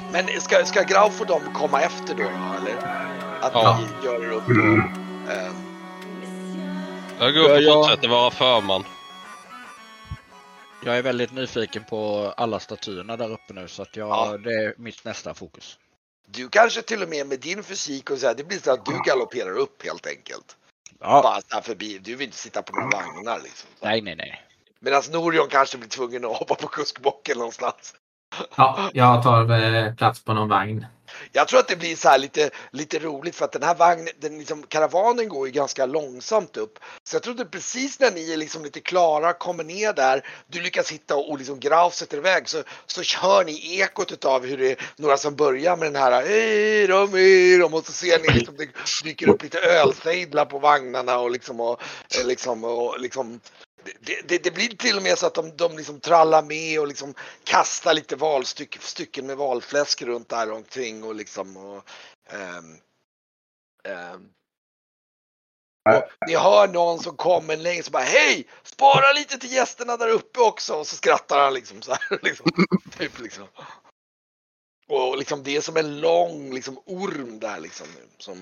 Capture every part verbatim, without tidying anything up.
Men ska, ska Grauf och de komma efter då, då eller? Att Ja. ni gör er upp och, ähm, jag går upp och Ja, fortsätter vara förman. Jag är väldigt nyfiken på alla statyerna där uppe nu, så att jag, Ja. det är mitt nästa fokus. Du kanske till och med med din fysik och så här, det blir så att du galopperar upp helt enkelt. Ja. Bara så här förbi, du vill inte sitta på några vagnar liksom. Nej, nej, nej. Medan Norion kanske blir tvungen att hoppa på kuskbocken någonstans. Ja, jag tar eh, plats på någon vagn. Jag tror att det blir så här lite, lite roligt för att den här vagnen, den liksom, karavanen går ju ganska långsamt upp. Så jag trodde precis när ni är liksom lite klara, kommer ner där, du lyckas hitta och, och liksom Grauf sätter iväg, så, så hör ni ekot av hur det är några som börjar med den här hej de är de, och så ser ni liksom det dyker upp lite ölsejdlar på vagnarna och liksom och, liksom, och liksom Det, det, det blir till och med så att de, de liksom trallar med och liksom kastar lite valstycken stycken med valfläsk runt där omkring och liksom och, um, um, och ni hör någon som kommer längst och bara hej, spara lite till gästerna där uppe också, och så skrattar han liksom så här liksom, typ liksom. Och liksom det är som en lång liksom orm där liksom som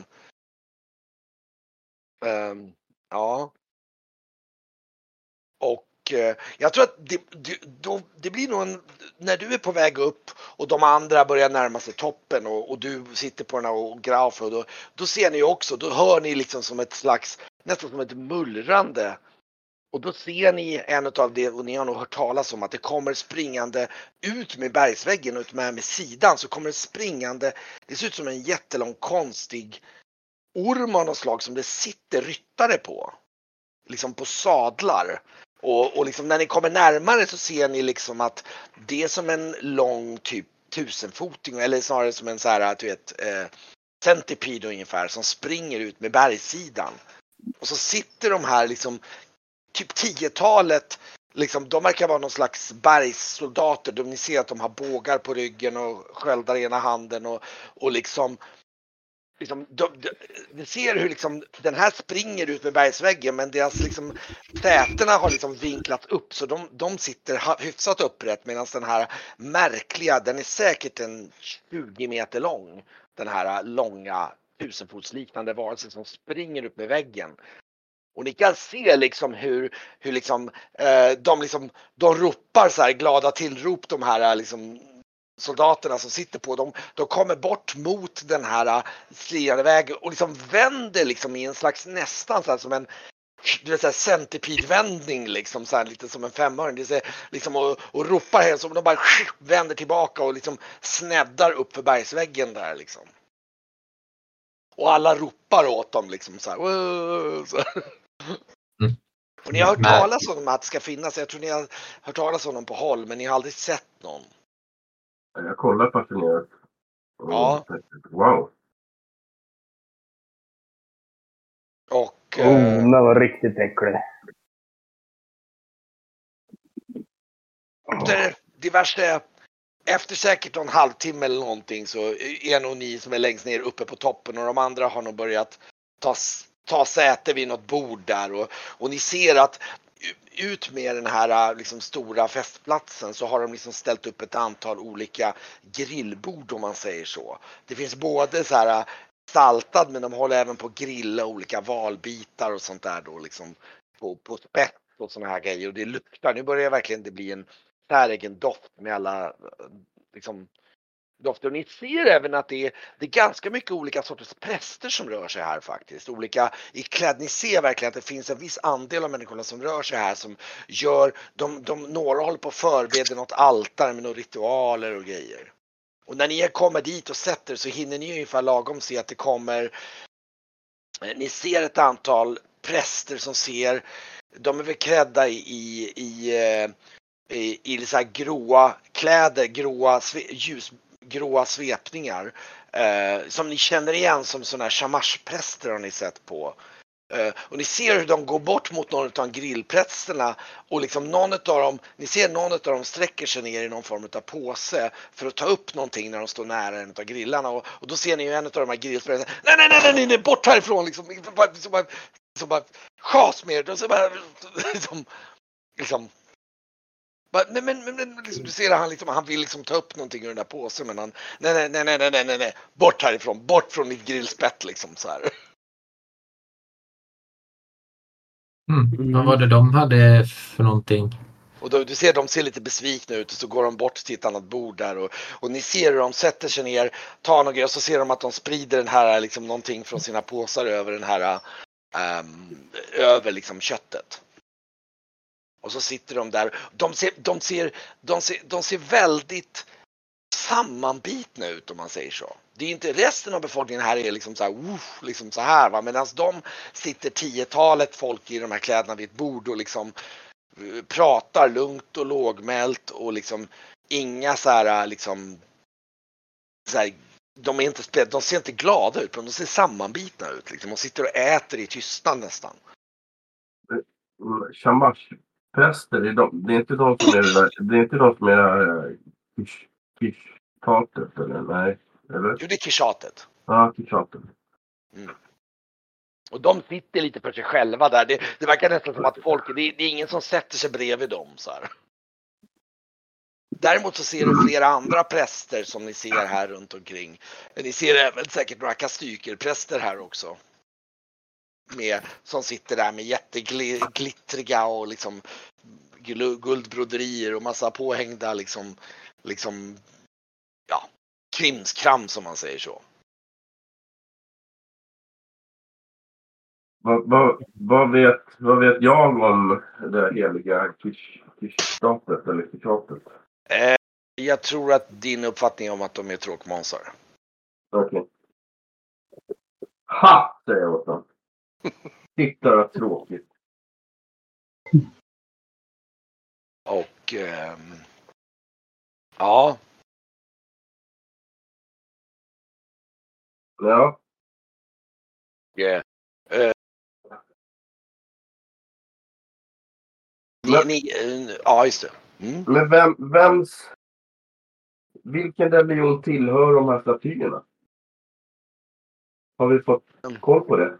um, ja. Och eh, jag tror att det, det, då, det blir nog en, när du är på väg upp och de andra börjar närma sig toppen och, och du sitter på den här och Grauf, och då, då ser ni också, då hör ni liksom som ett slags, nästan som ett mullrande. Och då ser ni en av det, och ni har nog hört talas om att det kommer springande ut med bergsväggen och ut med, med sidan, så kommer det springande, det ser ut som en jättelång konstig orm av något slag som det sitter ryttare på. Liksom på sadlar. Och, och liksom när ni kommer närmare så ser ni liksom att det är som en lång typ tusenfoting, eller snarare som en så här, du vet, eh, centipede ungefär, som springer ut med bergssidan. Och så sitter de här liksom typ tiotalet, liksom, de verkar vara någon slags bergssoldater. De, ni ser att de har bågar på ryggen och sköldar i ena handen och, och liksom Liksom, de, de, de ser hur liksom, den här springer ut med bergsväggen, men deras liksom, sätena har liksom vinklats upp, så de, de sitter hyfsat upprätt, medan den här märkliga, den är säkert en tjugo meter lång, den här långa tusenfotsliknande varelsen som springer upp med väggen. Och ni kan se liksom hur, hur liksom, eh, de, liksom, de ropar så här glada tillrop, de här liksom, soldaterna som sitter på dem, de kommer bort mot den här sliande vägen och liksom vänder liksom i en slags nästan så här som en, du vet, så här centipedvändning liksom, så här lite som en femöring, det är liksom, och, och ropar här, så de bara vänder tillbaka och liksom snäddar upp för bergsväggen där liksom. Och alla ropar åt dem liksom så här, så här. Mm. Och ni har hört talas om att det ska finnas, jag tror ni har hört talas om dem på håll, men ni har aldrig sett någon. Jag kollar fascinerat. Ja. Wow. Och Oh, eh, det var riktigt äckligt. det, diverse, efter säkert en halvtimme eller någonting, så är nog ni som är längst ner uppe på toppen, och de andra har nog börjat ta, ta säte vid något bord där, och, och ni ser att ut med den här liksom stora festplatsen så har de liksom ställt upp ett antal olika grillbord, om man säger så. Det finns både så här saltad, men de håller även på att grilla olika valbitar och sånt där då liksom på, på spett och såna här grejer, och det luktar, nu börjar verkligen det bli en säregen doft med alla liksom dofter. Och ni ser även att det är, det är ganska mycket olika sorters präster som rör sig här faktiskt. Olika i klädd. Ni ser verkligen att det finns en viss andel av människorna som rör sig här som gör, de, de, några håller på att förbereda något altare med några ritualer och grejer. Och när ni kommer dit och sätter, så hinner ni ungefär lagom se att det kommer, ni ser ett antal präster som ser, de är väl klädda i, i, i, i, i så här gråa kläder, gråa, ljus gråa svepningar eh, som ni känner igen som såna här shamash-präster har ni sett på. Eh, och ni ser hur de går bort mot någon av grillprästerna, och liksom någon av dem, ni ser någon av dem sträcker sig ner i någon form av påse för att ta upp någonting när de står nära en av grillarna, och, och då ser ni ju en av de här grillprästerna, nej nej nej nej nej, bort härifrån liksom, bara, liksom bara, liksom bara chas med er, så bara liksom, liksom Bara, nej, men, men, men liksom, du ser att han, liksom, han vill liksom ta upp någonting ur den där påsen, men han, nej, nej, nej, nej, nej, nej, nej, bort härifrån, bort från mitt grillspett liksom så här. Mm. Vad var det de hade för någonting? Och då, du ser de ser lite besvikna ut och så går de bort till ett annat bord där och, och ni ser hur de sätter sig ner, tar något och så ser de att de sprider den här liksom någonting från sina påsar över den här um, över liksom köttet. Och så sitter de där. De ser, de ser, de ser, de ser väldigt sammanbitna ut om man säger så. Det är inte resten av befolkningen här är liksom så här, uff, liksom så här va, medan de sitter tiotalet folk i de här kläderna vid ett bord och liksom pratar lugnt och lågmält och liksom inga så här liksom så här, de är inte de ser inte glada ut men de ser sammanbitna ut liksom och sitter och äter i tystnad nästan. Shamash-präster, det är de, det är inte de som är det är inte de som är kish, kish-tatet eller nej eller? Jo, det är kishatet. Ja, kishatet. Mm. Och de sitter lite för sig själva där. Det, det verkar nästan som att folk, det, det är ingen som sätter sig bredvid dem så här. Däremot så ser du flera andra präster som ni ser här runt omkring. Ni ser även säkert några kastykerpräster här också. Med, som sitter där med jätteglittriga och liksom guldbroderier och massa påhängda liksom, liksom ja, krimskram som man säger så. Vad, vad, vad, vet, vad vet jag om det heliga kish-statet eller kishatet? Eh, jag tror att din uppfattning om att de är tråkmånsar. Okej. Okay. Ha! Säger jag åt dem. Titta vad tråkigt. Och ehm, ja. Ja. Yeah. Eh, ni, ni, eh, ja, just det. Mm. Men vem, vems... Vilken religion tillhör de här statyerna? Har vi fått koll på det?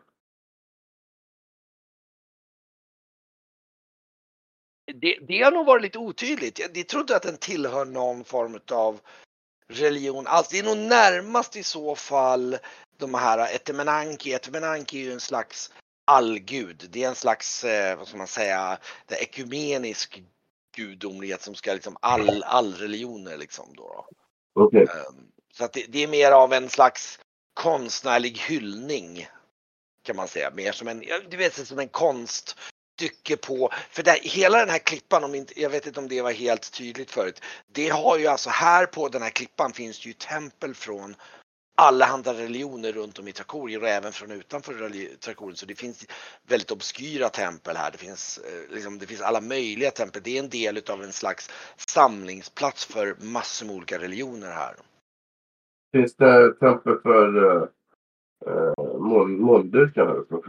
Det, det har nog varit lite otydligt. Jag, jag tror inte att den tillhör någon form av religion. Alltså det är nog närmast i så fall de här Etemenanki. Etemenanki är ju en slags allgud. Det är en slags, eh, vad ska man säga, det ekumenisk gudomlighet som ska liksom all, all religioner liksom då. Okay. Um, så att det, det är mer av en slags konstnärlig hyllning kan man säga. Mer som en, du vet, som en konststycke på, för där, hela den här klippan, om inte, jag vet inte om det var helt tydligt förut, det har ju alltså här på den här klippan finns det ju tempel från alla andra religioner runt om i Trakorien och även från utanför Trakorien, så det finns väldigt obskyra tempel här, det finns, liksom, det finns alla möjliga tempel, det är en del av en slags samlingsplats för massor med olika religioner här. Finns det tempel för uh, uh, mån, måndyrkan här också?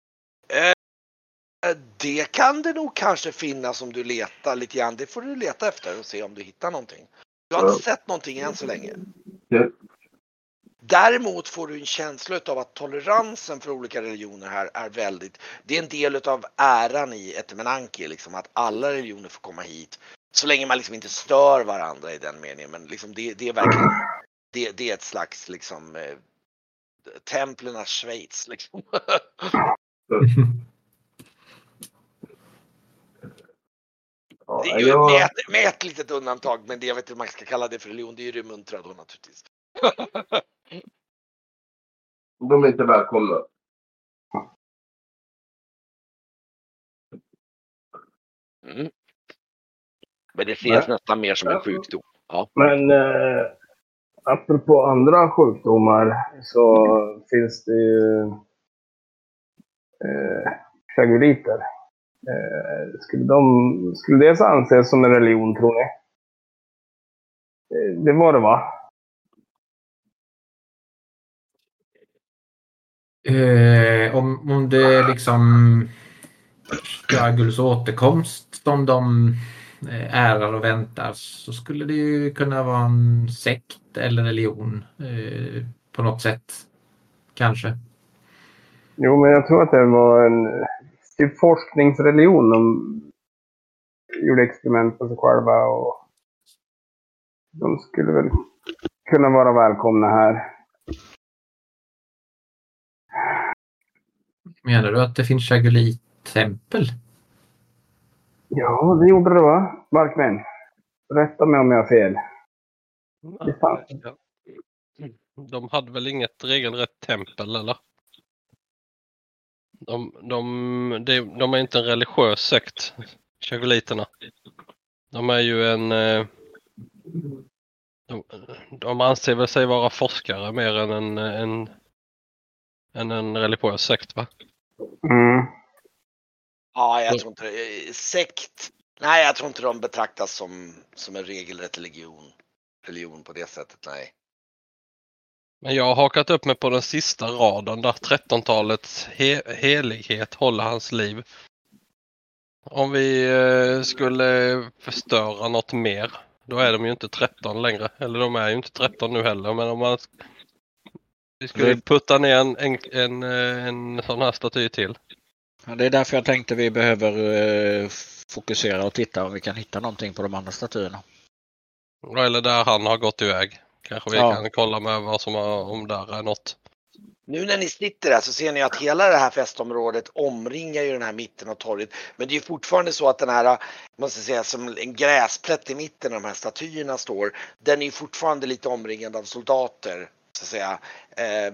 Eh, det kan det nog kanske finnas om du letar lite grann, det får du leta efter och se om du hittar någonting. Du har inte ja. sett någonting än så länge. Ja. Däremot får du en känsla av att toleransen för olika religioner här är väldigt, det är en del av äran i Etemenanki, liksom att alla religioner får komma hit så länge man liksom inte stör varandra i den meningen, men liksom det, det är verkligen det, det är ett slags liksom eh, templernas Schweiz liksom. Det är ju med ett, med ett litet undantag, men det jag vet inte om man ska kalla det för religion, det är ju det muntra då naturligtvis. De är inte välkomna. Mm. Men det ses Nej. nästan mer som en sjukdom. Ja. Men eh, apropå andra sjukdomar så mm. finns det ju eh, chaguliter. Eh, skulle, de, skulle det anses som en religion, tror ni? Eh, det var det, va? Eh, om, om det liksom Chaguls återkomst som de ärar och väntar, så skulle det ju kunna vara en sekt eller religion eh, på något sätt, kanske. Jo, men jag tror att det var en typ forskningsreligion. gjorde experiment på sig själva. Och de skulle väl kunna vara välkomna här. Menar du att det finns Shagulit-tempel? Ja, det gjorde det va? Markmän. Rätta mig om jag har fel. Det fanns. Ja. De hade väl inget regelrätt tempel, eller? De, de, de, de är inte en religiös sekt, Shaguliterna. De är ju en... De, de anser väl sig vara forskare mer än en, en, än en religiös sekt, va? Mm. Ja, jag tror inte sekt. Nej, jag tror inte de betraktas som, som en regelrätt religion. Religion på det sättet, nej. Men jag har hakat upp mig på den sista raden där trettontalets he helighet håller hans liv. Om vi eh, skulle förstöra något mer, då är de ju inte tretton längre. Eller de är ju inte tretton nu heller, men om man vi skulle det... putta ner en, en, en, en sån här staty till. Ja, det är därför jag tänkte vi behöver eh, fokusera och titta om vi kan hitta någonting på de andra statyerna. Eller där han har gått iväg. Kanske vi ja. kan kolla med vad som har, om där är något. Nu när ni sitter där så ser ni att hela det här festområdet omringar ju den här mitten av torget. Men det är ju fortfarande så att den här, måste säga, som en gräsplätt i mitten av de här statyerna står. Den är ju fortfarande lite omringad av soldater, så att säga. Eh,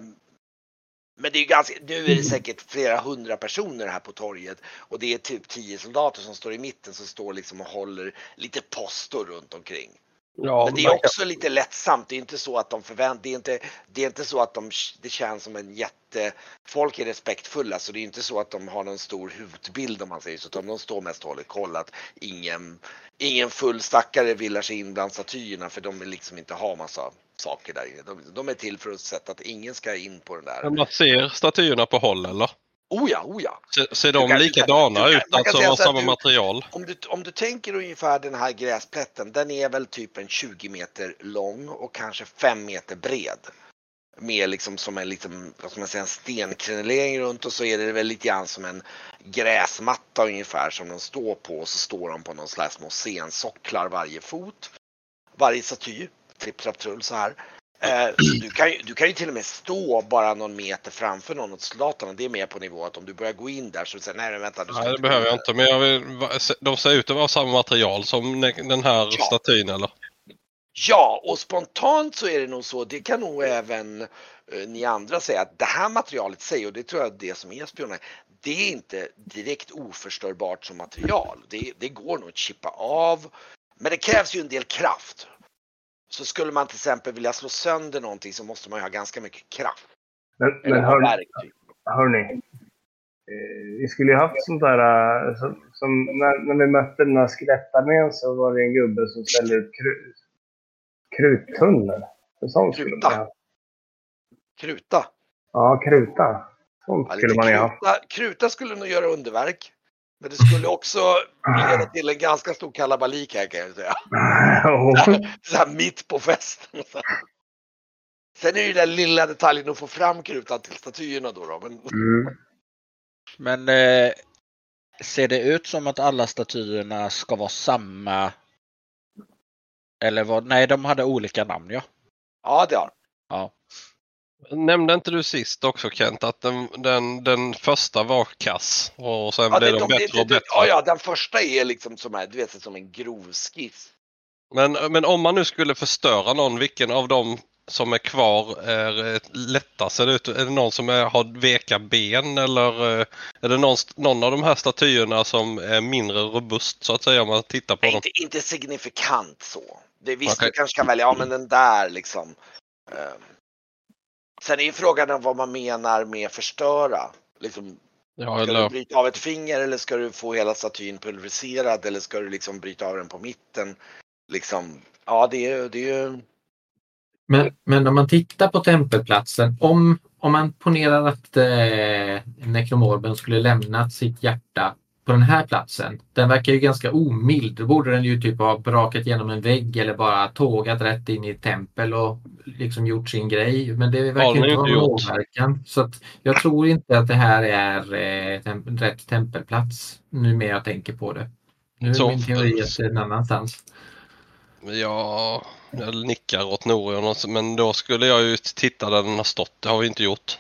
men det är ju ganska, nu är det säkert flera hundra personer här på torget. Och det är typ tio soldater som står i mitten, som står liksom och håller lite poster runt omkring. Ja, men det är också lite lättsamt. Det är inte så att de förväntar, det är inte, det är inte så att de, det känns som en jätte, folk är respektfulla, så det är inte så att de har någon stor huvudbild om man säger så, utan de står mest och håller koll att ingen, ingen full stackare villar sig in bland statyerna, för de vill liksom inte ha massa saker där inne. De, de är till för att sätta att ingen ska in på den där. Men man ser statyerna på håll, eller? Oh ja, oh ja. Ser, ser de kan, likadana kan, ut, alltså av samma du, material? Om du, om du tänker ungefär den här gräsplätten, den är väl typ en tjugo meter lång och kanske fem meter bred. Med liksom som en liten, vad ska man säga, en stenkrenelering runt, och så är det väl lite grann som en gräsmatta ungefär som de står på, och så står de på någon slags små scensocklar varje fot. Varje staty, tripp, trapp, trull så här. Eh, du, kan ju, du kan ju till och med stå bara någon meter framför någon av soldaterna. Det är mer på nivå att om du börjar gå in där så säger nej vänta. Du ska nej, det inte behöver jag inte. Men jag vill, de ser ut att vara samma material som den här ja. statyn, eller? Ja, och spontant så är det nog så. Det kan nog även eh, ni andra säga att det här materialet säger, och det tror jag är det som är spioner. Det är inte direkt oförstörbart som material. Det, det går nog att chippa av. Men det krävs ju en del kraft. Så skulle man till exempel vilja slå sönder någonting så måste man ju ha ganska mycket kraft. Men, men hör, hörni, eh, vi skulle ju haft sånt där, uh, som, som när, när vi mötte den här skelettarmén så var det en gubbe som ställde ut kru, kruttunnor. Sånt skulle man ha. Kruta? Ja, kruta. Sånt ja, skulle man ju ha. Kruta, kruta skulle nog göra underverk. Men det skulle också leda till en ganska stor kalabalik här, kan jag säga. Så här mitt på festen. Sen är det ju den lilla detaljen att få fram krutan till statyerna då. då. Men, mm. men eh, ser det ut som att alla statyerna ska vara samma? Eller vad? Nej, de hade olika namn, ja. Ja, det har ja. Nämnde inte du sist också, Kent, att den, den, den första var kass och sen ja, blev det, de de, bättre det, och bättre? Ja, ja, den första är liksom som, här, du vet, som en grov skiss. Men, men om man nu skulle förstöra någon, vilken av dem som är kvar är lättast? Är det, är det någon som är, har veka ben, eller är det någon, någon av de här statyerna som är mindre robust, så att säga, om man tittar på Nej, dem? Inte, inte signifikant så. Det visst, okay. Du kanske kan välja, ja men den där liksom. Um, sen är ju frågan om vad man menar med förstöra. Liksom, ja, ska eller... du bryta av ett finger, eller ska du få hela statyn pulveriserad, eller ska du liksom bryta av den på mitten? Liksom, ja det är det är ju... Men, men om man tittar på tempelplatsen, om, om man ponerar att eh, Necromorben skulle lämnat sitt hjärta på den här platsen, den verkar ju ganska omild. Då borde den ju typ ha brakat genom en vägg eller bara tågat rätt in i ett tempel och liksom gjort sin grej. Men det verkar ja, inte vara någon åverkan. Så att jag tror inte att det här är eh, tem- rätt tempelplats nu mer jag tänker på det. Nu är Så- min teori att det är en annanstans. Ja, jag nickar åt Norion, och så- men då skulle jag ju titta där den har stått. Det har vi inte gjort.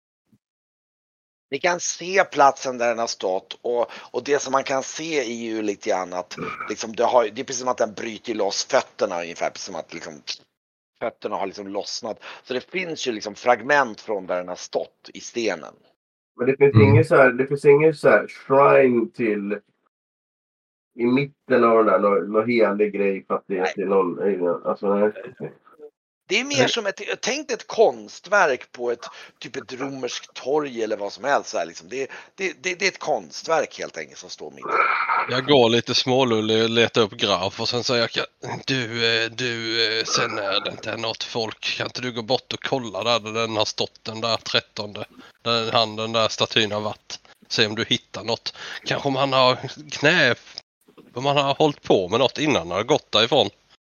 Ni kan se platsen där den har stått och, och det som man kan se är ju lite grann att liksom det, har, det är precis som att den bryter loss fötterna ungefär, precis som att liksom, fötterna har liksom lossnat. Så det finns ju liksom fragment från där den har stått i stenen. Men det finns Mm. ingen så här, det finns ingen så här shrine till i mitten av den där, någon, någon helig grej för att det är Nej. till någon, alltså nej. Det är mer som ett, tänk ett konstverk på ett typ ett romerskt torg eller vad som helst. Så här, liksom. det, det, det, det är ett konstverk helt enkelt som står mitt. Jag går lite smålullig och letar upp Graf och sen säger jag du, eh, du, eh, sen är det inte något folk. Kan inte du gå bort och kolla där, där den har stått, den där trettonde, där han, den där statyn har varit. Se om du hittar något. Kanske man har knä, om man har hållit på med något innan han har gått därifrån.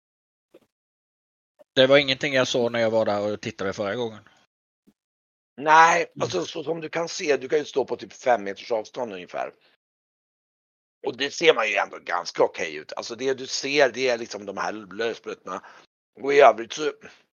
Det var ingenting jag såg när jag var där och tittade förra gången. Nej, alltså så som du kan se, du kan ju stå på typ fem meters avstånd ungefär. Och det ser man ju ändå ganska okej ut. Alltså det du ser, det är liksom de här lösbrutna. Och i övrigt så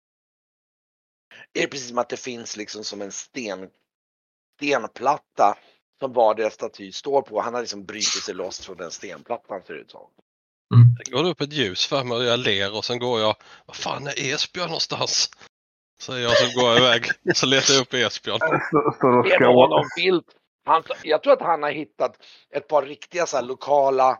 är det precis som att det finns liksom som en sten, stenplatta som vardera staty står på. Han har liksom brutit sig loss från den stenplattan, ser det ut som. Det går upp ett ljus för mig och jag ler och sen går jag, vad fan är Esbjörn någonstans? Så jag så går jag iväg så letar jag upp Esbjörn. Står- Står och Det var scrollar. någon bild. Han, jag tror att han har hittat ett par riktiga så här lokala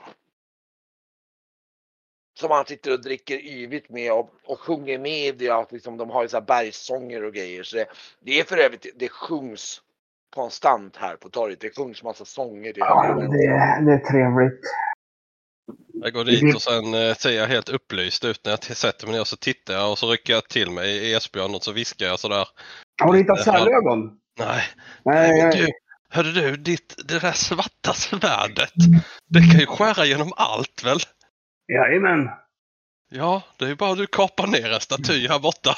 som han sitter och dricker yvigt med och, och sjunger med i det. Att liksom, de har ju så här bergssånger och grejer. Så det, det är för övrigt, det sjungs konstant här på torget. Det sjungs massa sånger. Det, Ja, det, det är trevligt. Jag går dit och sen eh, ser jag helt upplyst ut när jag t- sätter mig ner och så tittar jag och så rycker jag till mig i Esbjörn och så viskar jag sådär. Har du hittat sälögon? Nej, Nej, men jag, du, hörde du, ditt, det där svarta svärdet, det kan ju skära genom allt väl? jajamän. Ja, det är ju bara du kapar ner en staty här borta.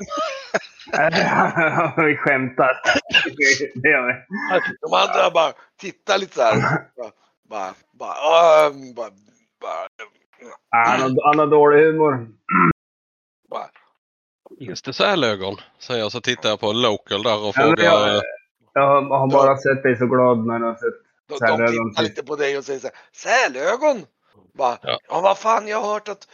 Har vi skämtat? Det gör vi. de andra bara tittar lite så här. Bara, bara, bara, um, bara, bara, Han har, han har dålig humor. bara. Finns det sälögon? Säger jag så tittar jag på local där och Ja, men frågar. jag, jag har- har bara sett dig så glad när du har sett De, de sälögon. tittar lite på dig och säger så här, sälögon? Bara, Ja. ja vad fan, jag har hört att...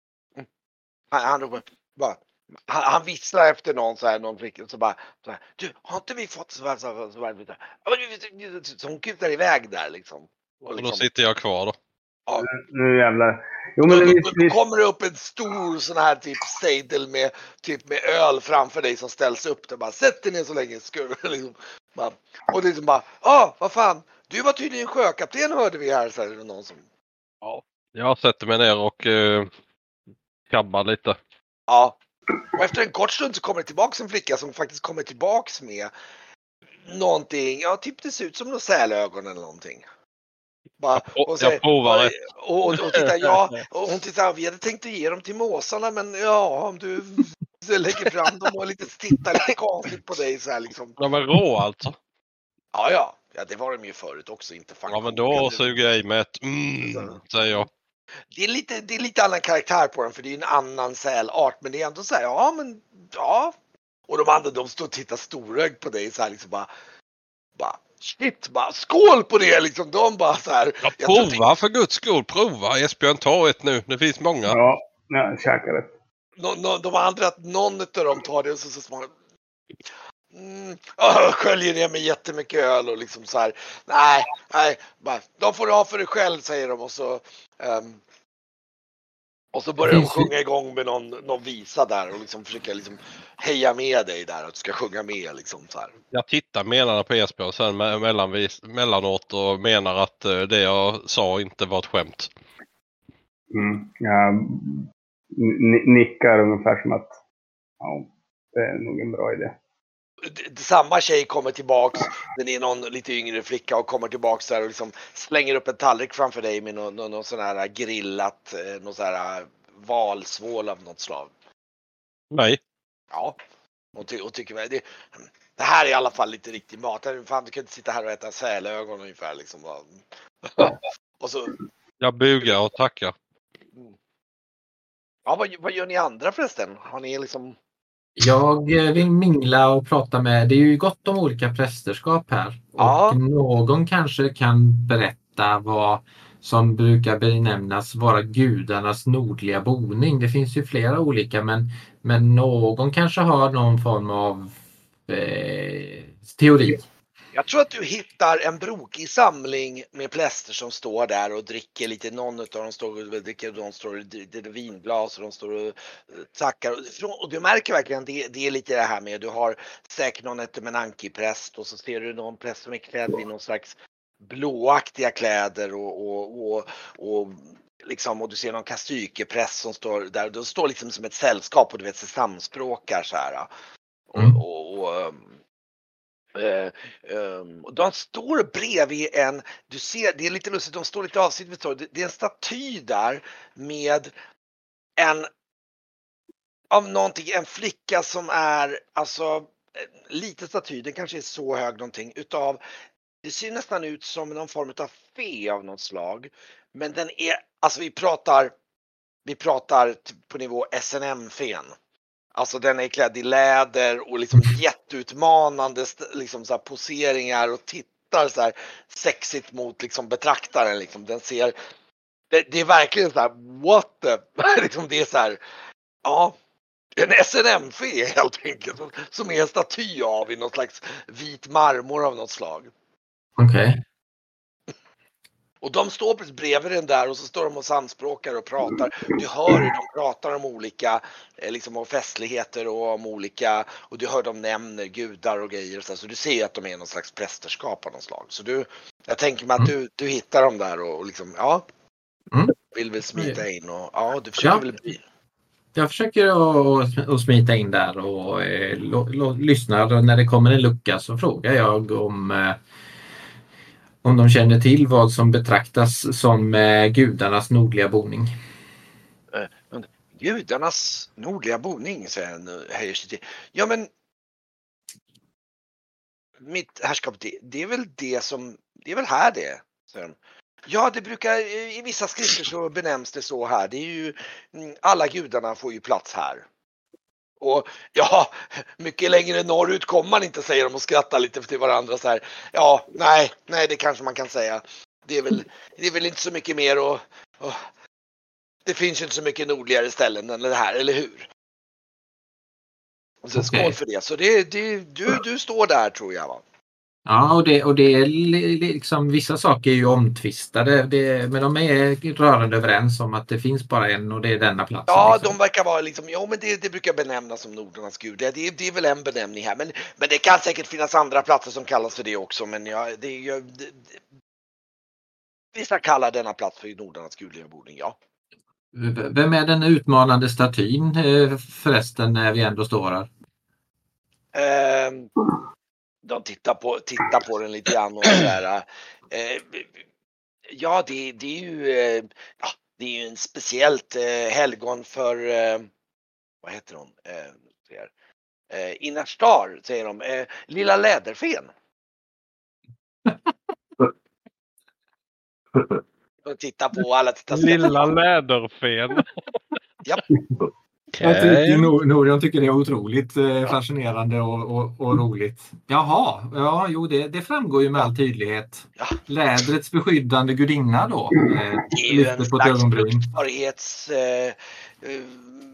Han, han, ropar, bara, han, han visslar efter någon så här, någon flicka, så bara, så här, du, har inte vi fått så här, så här, så här, så här, ja, men du- så hon kutar iväg där liksom. Och Och då liksom sitter jag kvar då. Nu jävlar. Jo, men då, det då, visst, då visst. kommer det upp en stor sån här typ sejdel med, typ med öl framför dig som ställs upp där. Bara sätt dig ner så länge. Skur, liksom. Bara, och det är liksom bara, ja vad fan, du var tydligen sjökapten hörde vi här. Så här, är det någon som, Jag sätter mig ner och uh, kabbar lite. ja. Och efter en kort stund så kommer det tillbaks en flicka som faktiskt kommer tillbaks med någonting, ja typ det ser ut som några sälögon eller någonting. Bara, Jag pro- och säger- jag provar ett. och, och, och tittar, ja, och hon tittar, vi hade tänkt att ge dem till måsarna men ja, om du lägger fram dem och lite tittar lite konstigt på dig så här liksom. De är rå alltså. Ja, ja, ja det var de ju förut också, inte fan. Ja men då suger jag i med ett mm, säger jag. Det är lite, det är lite annan karaktär på den för det är en annan sälart men det är ändå så här, ja men ja. Och de andra de står och tittar storögd på dig så här liksom bara, bara shit, bara skål på det liksom. De bara så här. Ja, jag tror prova för guds skull, prova. Esbjörn, ta ett nu. Det finns många. Ja, jag käkar det. Nå, nå, de andra, att någon av dem tar det och så, så små. Mm, åh, sköljer ner med jättemycket öl och liksom så här. Nej, nej, bara, de får du ha för dig själv säger de och så. Um, och så börjar de sjunga igång med någon, någon visa där och liksom försöka liksom heja med dig där att du ska sjunga med liksom så här. Jag tittar menande på Esbjörn sen me- mellanvis, mellanåt och menar att eh, det jag sa inte var ett skämt. Mm. Jag n- nickar ungefär som att ja, det är nog en bra idé. D- Samma tjej kommer tillbaks, den är någon lite yngre flicka och kommer tillbaks där och liksom slänger upp en tallrik framför dig med någon, någon, någon sån här grillat, eh, någon sån här valsvål av något slag. Nej. Ja, och, ty- och tycker väl det, det här är i alla fall lite riktig mat. Fan, du kan inte sitta här och äta sälögon ungefär liksom. Och så Jag bugar och tackar. Mm. Ja, vad, vad gör ni andra förresten? Har ni liksom... Jag vill mingla och prata med, det är ju gott om olika prästerskap här. Ja. Och någon kanske kan berätta vad som brukar benämnas vara gudarnas nordliga boning. Det finns ju flera olika, men, men någon kanske har någon form av eh, teori. Jag tror att du hittar en brokig samling med präster som står där och dricker lite. Någon av dem står och dricker, de står och dricker vinglas och de står och tackar. Och du märker verkligen det, det är lite det här med, du har säkert någon etemenanki-präst och så ser du någon präst som är klädd i någon slags blåaktiga kläder och, och, och, och liksom, och du ser någon kastyke-präst som står där. De står liksom som ett sällskap och du vet, så samspråkar så här. Mm. Och, och, och Uh, um, och de står bredvid en, du ser, det är lite lustigt, de står lite avsidigt, det är en staty där med en av någonting, en flicka som är alltså lite staty, den kanske är så hög någonting utav, det ser nästan ut som någon form av fe av något slag, men den är, alltså vi pratar vi pratar på nivå S N M-fen. Alltså den är klädd i läder och liksom jätteutmanande liksom så här poseringar och tittar så här sexigt mot liksom betraktaren liksom. Den ser, det, det är verkligen så här what the, liksom det är så här, ja, en S N M-fe helt enkelt som är en staty av i något slags vit marmor av något slag. Okej. Okay. Och de står precis bredvid den där och så står de och samspråkar och pratar. Du hör hur de pratar om olika liksom om festligheter och om olika, och du hör dem nämner gudar och grejer och så, så du ser att de är någon slags prästerskap av någon slag. Så du, jag tänker mig att du, du hittar dem där och liksom, ja, mm. vill väl smita in och ja, du försöker ja. väl bli. Jag försöker att, att smita in där och eh, lo, lo, lyssnar, och när det kommer en lucka så frågar jag om eh, om de känner till vad som betraktas som eh, gudarnas nordliga boning. Eh, gudarnas nordliga boning, säger han, höjer sig till. Ja, men mitt härskap, det, det är väl det som, det är väl här det, säger han. Ja, det brukar, i vissa skrifter så benämns det så här. Det är ju, alla gudarna får ju plats här. Och ja, mycket längre norrut kommer man inte, säger de och skrattar lite till varandra så här. Ja, nej, nej, det kanske man kan säga. Det är väl, det är väl inte så mycket mer och, och det finns ju inte så mycket nordligare ställen än det här, eller hur? Och så skål okay. för det. Så det, det, du, du står där, tror jag, va? Ja, och det, och det är liksom, vissa saker är ju omtvistade, det, men de är rörande överens om att det finns bara en och det är denna platsen. Ja, liksom. De verkar vara liksom, ja men det, det brukar benämnas som nordarnas gud. Det, det, det är väl en benämning här, men, men det kan säkert finnas andra platser som kallas för det också, men ja, det, jag, det, det, vissa kallar denna plats för nordarnas gudliga boning, ja. Vem är den utmanande statyn förresten när vi ändå står här? Um, De tittar på, tittar på den lite grann och sådär. Eh, ja, det, det är ju eh, ja, det är ju en speciellt eh, helgon för eh, vad heter hon? Eh, eh, Innarstar, säger de. Eh, Lilla Läderfen. De tittar på alla tittar. Lilla Läderfen. Ja. Jag tycker, Norion tycker det är otroligt eh, fascinerande och, och, och roligt. Jaha, ja, jo, det, det framgår ju med all tydlighet. Ja. Lädrets beskyddande gudinna då. Eh, det är ju en slags fruktbarhets eh, eh,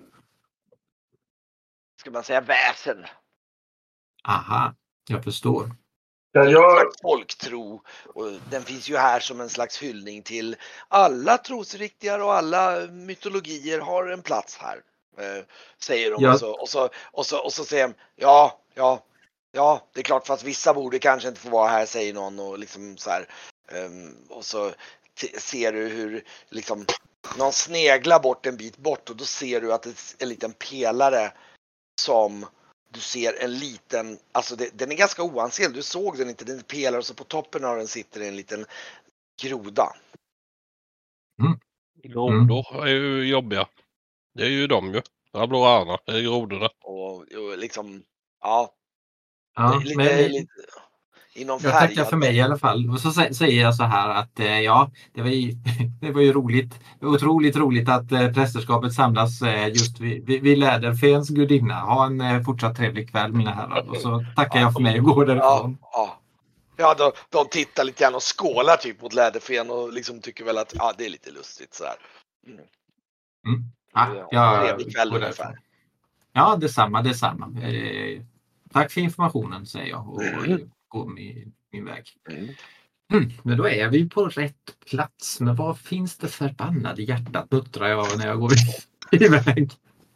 ska man säga väsen. Aha, jag förstår. Det är en slags folktro, och den finns ju här som en slags hyllning till alla trosriktningar och alla mytologier har en plats här. Eh, säger de ja. och, så, och, så, och, så, och så säger de ja, ja, ja, det är klart, fast vissa borde kanske inte få vara här, säger någon, och liksom så här, um, och så t- ser du hur liksom någon sneglar bort en bit bort, och då ser du att det är en liten pelare som du ser en liten, alltså det, den är ganska oansenlig, du såg den inte, den är pelare, och så på toppen av den sitter en liten groda. Mm. Grodor är ju jobbiga. Det är ju de ju. Rabloarna, det är grodorna. Och, och liksom, ja. ja lite, men... lite, i någon Jag färg. tackar för mig i alla fall. Och så sä- säger jag så här att eh, ja, det var ju, det var ju roligt. Otroligt roligt att eh, prästerskapet samlas eh, just vid, vid, vid Läderfens gudinna. Ha en eh, fortsatt trevlig kväll mina herrar. Och så tackar jag för mig och går därifrån. Ja, ja. Ja, de, de tittar lite grann och skålar typ mot Läderfen och liksom tycker väl att ja, det är lite lustigt sådär. Mm. Mm. Ja, Ja, jag trevlig kväll går ungefär. därifrån. Ja, detsamma, detsamma. Eh, tack för informationen säger jag och Mm. går min, min väg. Mm. Mm, men då är vi på rätt plats. Men vad finns det förbannade hjärtat, muttrar jag när jag går iväg.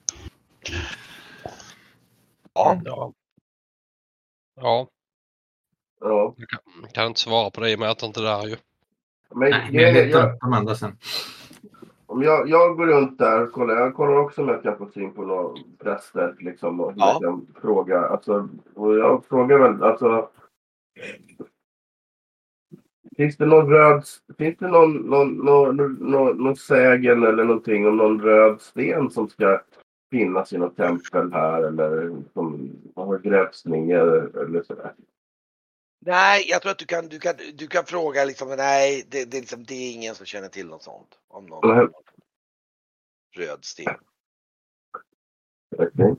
Ja. Ja. Ja, Ja. jag kan, kan inte svara på det i och med att jag inte är där ju. Men, Nej, men jag, jag letar jag, upp de andra sen. om jag, jag går runt där och kollar, jag kollar också om jag kan få syn på några präster liksom, och Ja. jag kan fråga. Alltså, och jag frågar väl, alltså. Finns det någon röd, finns det någon, någon, någon, någon, någon sägen eller någonting om någon röd sten som ska finnas i något tempel här eller som har grävts ner eller sådär? Nej, jag tror att du kan, du kan, du kan fråga liksom, nej, det, det, är liksom, det är ingen som känner till något sånt. Om någon Mm. röd sten. Okej.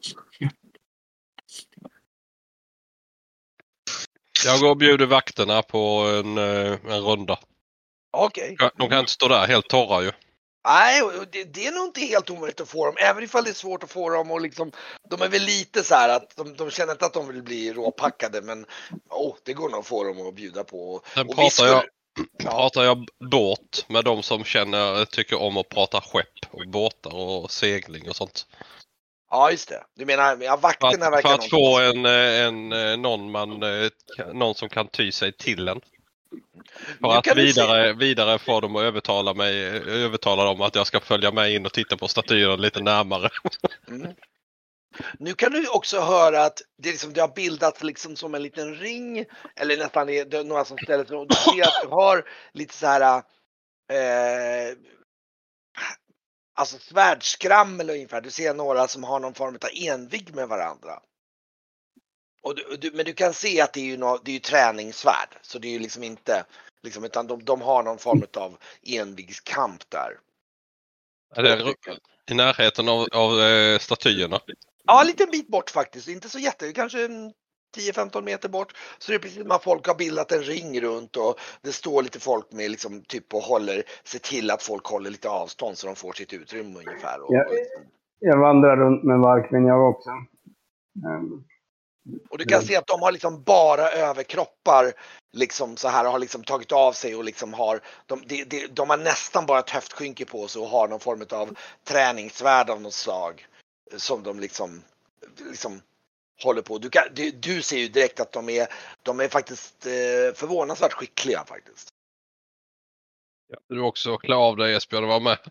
Jag går och bjuder vakterna på en, eh, en runda. Okej. De kan inte stå där helt torra ju. Nej, och det, det är nog inte helt omöjligt att få dem. Även ifall det är svårt att få dem och liksom, de är väl lite så här att de, de känner inte att de vill bli råpackade, men oh, det går nog att få dem att bjuda på. Sen Och vi pratar skulle- jag, Ja. pratar jag båt med de som känner, tycker om att prata skepp och båtar och segling och sånt. Ja, just det. Du menar, ja, För vakterna att, verkar för att någonting. få en, en, en någon, man, eh, någon som kan ty sig till en. För Nu att kan du vidare, vidare få dem att övertala mig, övertala dem att jag ska följa med in och titta på statyerna lite närmare. Mm. Nu kan du också höra att det, är liksom, det har bildats liksom som en liten ring, eller nästan det, det är några som ställer sig och du ser att du har lite så här eh, alltså svärdskrammel ungefär. Du ser några som har någon form av envigg med varandra. Och du, du, men du kan se att det är ju, no, det är ju träningssvärd, så det är ju liksom inte liksom, utan de, de har någon form av enviggskamp där. Är det i närheten av, av eh, statyerna? Ja, en liten bit bort faktiskt. Inte så jätte, kanske tio femton meter bort. Så det är precis som att folk har bildat en ring runt och det står lite folk med liksom typ och håller, ser till att folk håller lite avstånd så de får sitt utrymme ungefär. Och, Ja. och, liksom. Jag vandrar runt med Varkmin jag också. Um, och du kan se att de har liksom bara överkroppar liksom så här, har liksom tagit av sig och liksom har de, de, de, de har nästan bara ett höftskynke på sig och har någon form av träningsvärd av något slag som de liksom liksom håller på. Du, kan, du, du ser ju direkt att de är, de är faktiskt eh, förvånansvärt skickliga faktiskt. Ja, du också klä av dig Esbjörn och var med.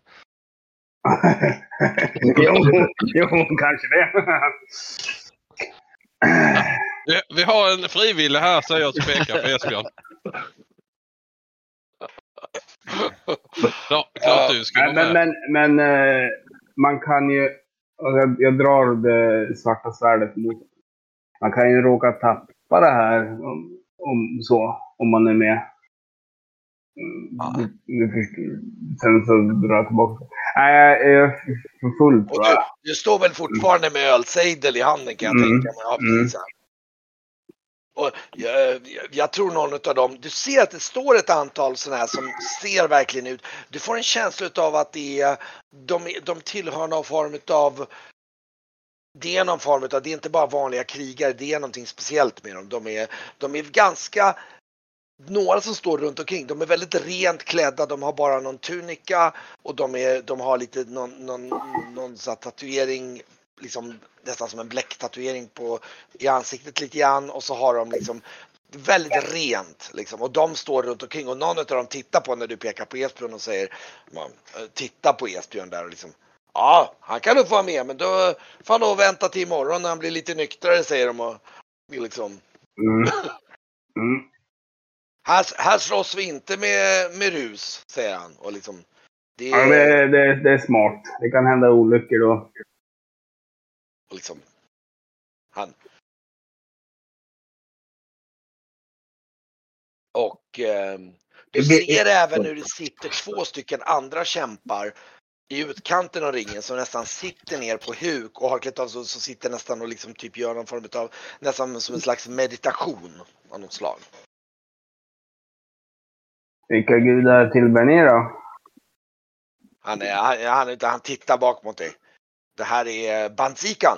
jo, jo, kanske det. Vi, vi har en frivillig här, säger jag och pekar på Esbjörn. Ja, klart du ska vara men, med. men, men eh, man kan ju, jag, jag drar det svarta svärdet mot, man kan ju råka tappa det här om, om så, om man är med. Ja. Du, du förstår, sen så drar jag tillbaka. Nej, jag är för full tror Och jag. du, du står väl fortfarande med ölsejdel i handen kan jag Mm. tänka mig. Ja, precis. Och jag, jag, jag tror någon av dem, du ser att det står ett antal sådana här som ser verkligen ut. Du får en känsla av att det är, de, de tillhör någon form av, det är någon form av, det är inte bara vanliga krigare, det är någonting speciellt med dem. De är, de är ganska, några som står runt omkring, de är väldigt rent klädda, de har bara någon tunika och de, är, de har lite någon, någon, någon så här tatuering, liksom nästan som en bläcktatuering på, i ansiktet lite grann och så har de liksom väldigt rent liksom, och de står runt omkring och någon av dem tittar på när du pekar på Esbjörn och säger, man, titta på Esbjörn där och liksom, ja, han kan nog få vara med men då får han nog vänta till imorgon när han blir lite nyktrare säger de och liksom. Mm. Mm. Här, här slåss vi inte med, med rus, säger han. Och liksom, det, Ja, det, det, det är smart. Det kan hända olyckor då. och liksom, han, och eh, du ser även hur det sitter två stycken andra kämpar i utkanten av ringen som nästan sitter ner på huk och har klätt av så, så sitter nästan och liksom typ gör någon form av nästan som en slags meditation av något slag. Vilka gudar tillber ni då? Han, är, han, han, han, han tittar bak mot dig. Det här är Bansikan.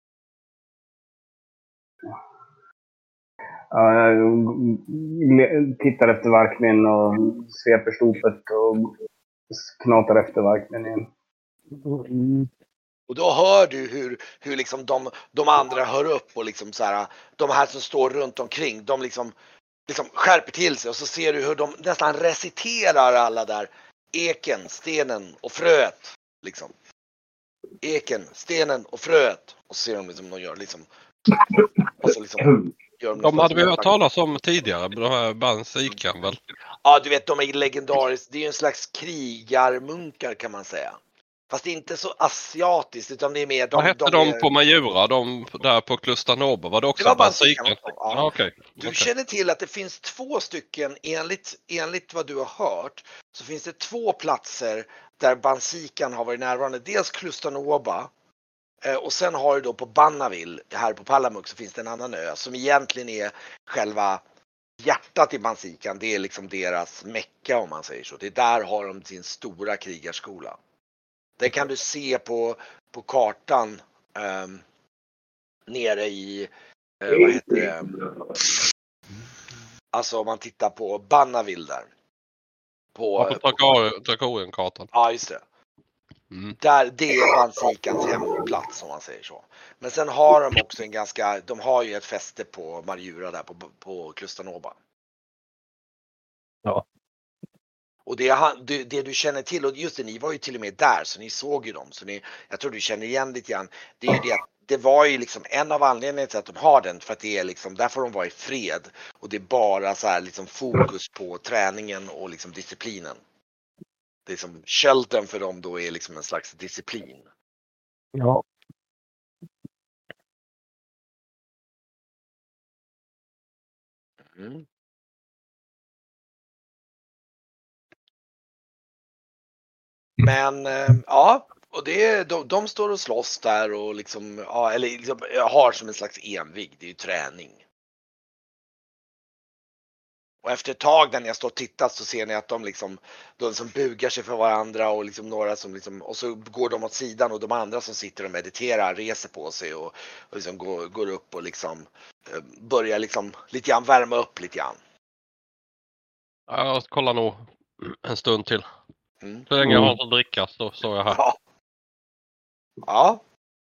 Ja, jag tittar efter Varkmin och sveper stopet och knatar efter Varkmin igen. Och då hör du hur, hur liksom de, de andra hör upp och liksom så här, de här som står runt omkring, de liksom, liksom skärper till sig och så ser du hur de nästan reciterar alla där. Eken, stenen och fröet. Liksom. Eken, stenen och fröet. Och så ser de liksom de gör liksom. Och så liksom gör de, de hade vi hört talas om tidigare, de här Bansikan väl? Ja, du vet, de är legendariskt. Det är ju en slags krigarmunkar kan man säga. Fast det är inte så asiatiskt utan det är mer... De, Vad hette de, de är... på Majura, de där på Klustanoba? Var det också Bansikan? Ja. Ja, okay. Du okay. känner till att det finns två stycken, enligt, enligt vad du har hört, så finns det två platser där Bansikan har varit närvarande. Dels Klustanoba eh, och sen har du då på Bannaville, här på Palamuk, så finns det en annan ö som egentligen är själva hjärtat i Bansikan. Det är liksom deras mecka om man säger så. Det är där har de sin stora krigarskola. Det kan du se på, på kartan eh, nere i, eh, vad heter det? Alltså om man tittar på Bannaville där. På, ja, på Drakorien-kartan. Ja, just det. Mm. Där, det är Bansikans hemplats om man säger så. Men sen har de också en ganska, de har ju ett fäste på Majura där på, på Klustanoba. Ja. Och det, det, det du känner till, och just det, ni var ju till och med där så ni såg ju dem. Så ni, jag tror du känner igen lite grann. Det är ju det att det var ju liksom en av anledningarna till att de har den, för att det är liksom, där får de vara i fred. Och det är bara så här liksom fokus på träningen och liksom disciplinen. Det är som sheltern för dem då är liksom en slags disciplin. Ja. Mm. Men äh, ja, och det, de, de står och slåss där och liksom, ja, eller liksom, har som en slags envig, det är ju träning. Och efter ett tag när ni har stått och tittat så ser ni att de liksom, de som bugar sig för varandra och liksom några som liksom, och så går de åt sidan och de andra som sitter och mediterar reser på sig och, och liksom går, går upp och liksom eh, börjar liksom lite grann värma upp lite grann. Ja, jag kollar nog en stund till. Mm. Så länge jag har att dricka så står jag här. Ja. Ja.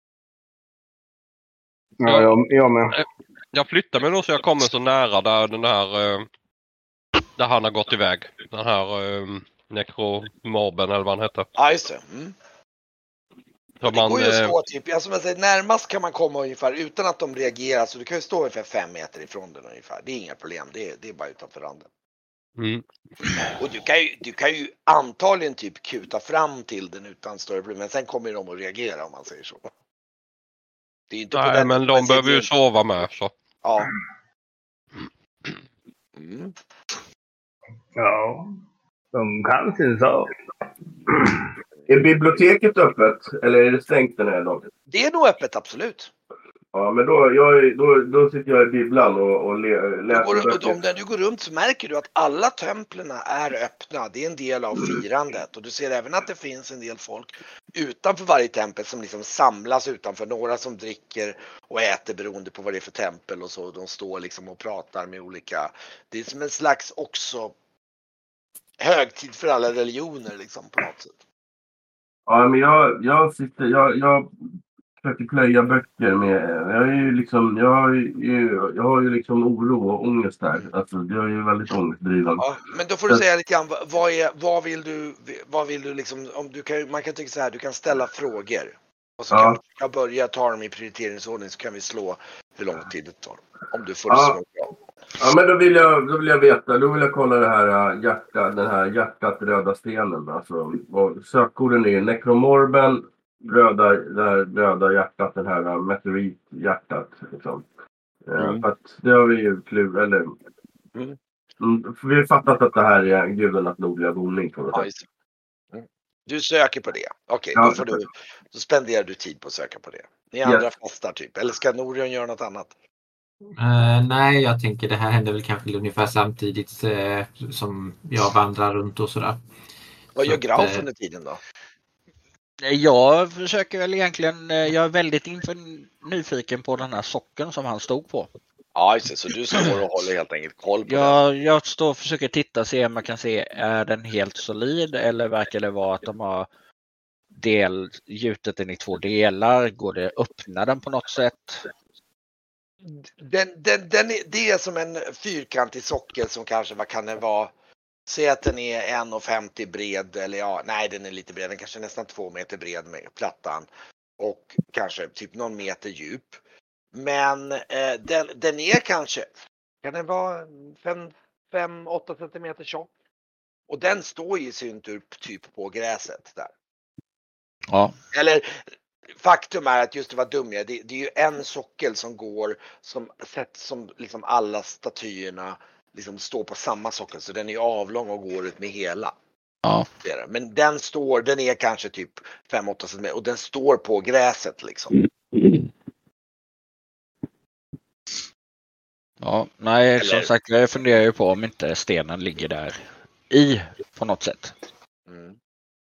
Ja, jag, jag med. Jag flyttar mig nog så jag kommer så nära där den här där han har gått iväg. Den här um, nekromorben eller vad han heter. Ja, just det. Mm. Så det man, går ju att stå typ, alltså man säger, närmast kan man komma ungefär utan att de reagerar, så du kan ju stå ungefär fem meter ifrån den ungefär. Det är inga problem, det är, det är bara utanför randen. Mm. Och du kan, ju, du kan ju antagligen typ kuta fram till den utan större problem, men sen kommer de att reagera om man säger så. Det är inte Nej, på den, men de behöver ju sova med så. Ja. Mm. Ja, de kan sin sak. Är biblioteket öppet eller är det stängt den här dagen? Det är nog öppet, absolut. Ja, men då, jag, då, då sitter jag i bibblan och, och le, läser går, böcker. om du går runt så märker du att alla templerna är öppna. Det är en del av firandet. Och du ser även att det finns en del folk utanför varje tempel som liksom samlas utanför. Några som dricker och äter beroende på vad det är för tempel och så. De står liksom och pratar med olika. Det är som en slags också högtid för alla religioner liksom på något sätt. Ja, men jag, jag sitter, jag, jag försöker plöja böcker med, jag är ju liksom, jag har ju, jag har ju liksom oro och ångest där. Alltså, jag är ju väldigt ångestdrivande. Ja, men då får du säga lite grann, vad är, vad vill du, vad vill du liksom, om du kan, man kan tycka så här, du kan ställa frågor. Och så Ja. kan jag börja ta dem i prioriteringsordning så kan vi slå hur lång tid det tar. Om du får det Ja. så bra. Ja, men då vill jag, då vill jag veta, då vill jag kolla det här äh, hjärta, den här hjärtat röda stenen. Alltså, och sökorden är nekromorben, röda, det här röda hjärtat, den här äh, meteorithjärtat. Liksom. Mm. Äh, för att det har vi ju klur, eller... Mm. Mm, för vi har fattat att det här är gudarnas nordliga boning. Ja, just det. Mm. Du söker på det. Okej, Ja. då, får du, då spenderar du tid på att söka på det. Ni andra Ja. fastar typ. Eller ska Norion göra något annat? Eh, nej, jag tänker det här händer väl kanske ungefär samtidigt eh, som jag vandrar runt och sådär. Vad Så gör att, Grauf eh, under tiden då? Jag försöker väl egentligen, jag är väldigt inför nyfiken på den här socken som han stod på. Ja, just det. Så du står och håller helt enkelt koll på den. Jag, jag står och försöker titta och se om man kan se, är den helt solid eller verkar det vara att de har del, gjutit den i två delar? Går det att öppna den på något sätt? Den, den, den är, det är som en fyrkantig sockel som kanske, vad kan det vara? Säg att den är en komma femtio bred, eller ja, nej den är lite bred, den kanske är nästan två meter bred med plattan. Och kanske typ någon meter djup. Men eh, den, den är kanske, kan den vara fem till åtta centimeter tjock? Och den står ju i sin tur typ på gräset där. Ja. Eller faktum är att just det var dum jag, det, det är ju en sockel som går som sätt som liksom alla statyerna liksom står på samma sockel, så den är avlång och går ut med hela. Ja. Men den står, den är kanske typ fem till åtta centimeter och den står på gräset liksom. Ja, nej Eller- som sagt jag funderar ju på om inte stenen ligger där i på något sätt. Mm.